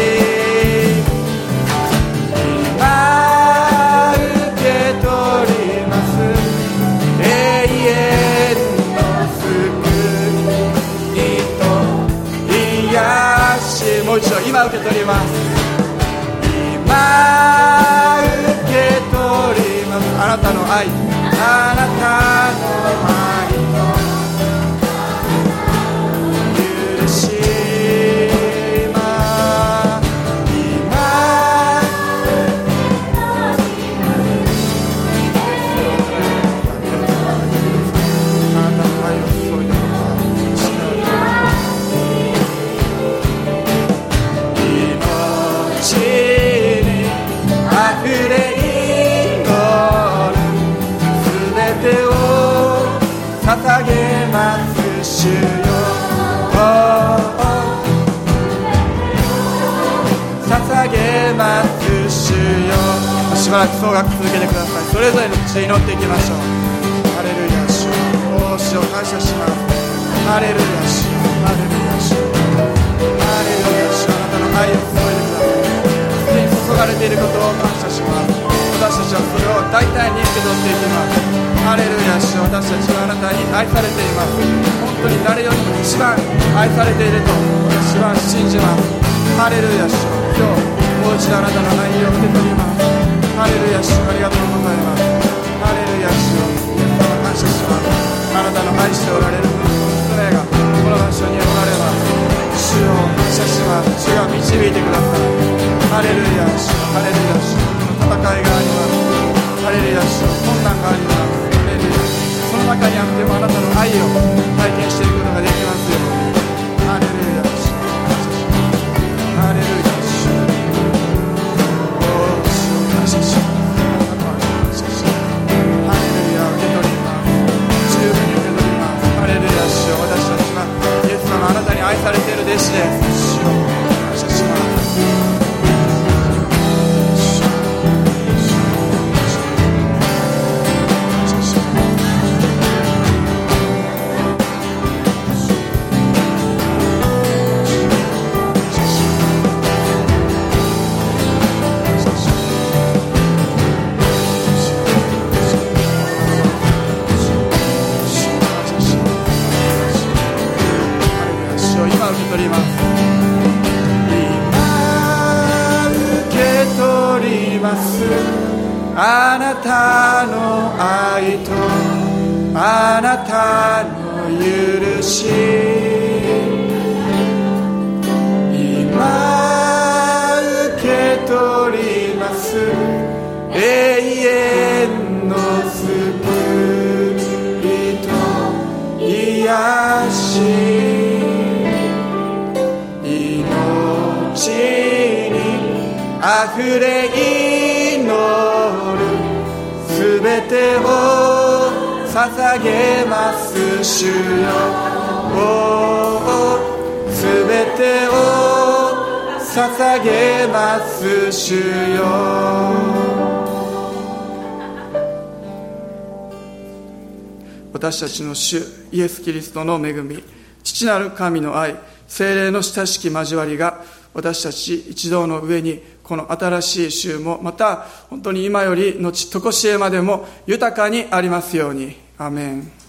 もう一度今受け取ります。今受け取ります。あなたの愛、あなたの愛と許し、今今あなたの愛を注いであふれ祈る、すべてを捧げます主よ、捧げます主よ。しばらく総額続けてください。それぞれの口で祈っていきましょう。ハレルヤ主よ、お主を感謝します。ハレルヤ主よ、ハレルヤ主よ、ハレルヤ主よ、あなたの愛を注いでください。注がれていることを感謝します。私たちはそれを大胆に受け取っていきます。ハレルヤ主、私たちはあなたに愛されています。本当に誰よりも一番愛されていると私は信じます。ハレルヤ主、今日もう一度あなたの愛を受け取ります。ハレルヤ主、ありがとうございます。ハレルヤ主、イエス様感謝します。あなたの愛しておられるそれがこの場所におられます。主を感謝します。主が導いてください。ハレルヤ主、ハレルヤ主、戦いがあります。ハレルヤ主、困難があります。ハレルヤ主、その中にあってもあなたの愛を体験していくことができますように。ハレルヤ主、ハレルヤ主、おー主を感謝します。感謝します。ハレルヤ、受け取ります。十分に受け取ります。ハレルヤ主、私たちはイエス様あなたに愛されている弟子です。主を感謝します。あなたの愛とあなたの許し、今受け取ります。永遠の救いと癒し、命にあふれ祈る、すべてを捧げます主よ。すべてを捧げます主よ。 私たちの主イエス・キリストの恵み、父なる神の愛、聖霊の親しき交わりが私たち一同の上にこの新しい週もまた本当に今より後常しえまでも豊かにありますように。アメン。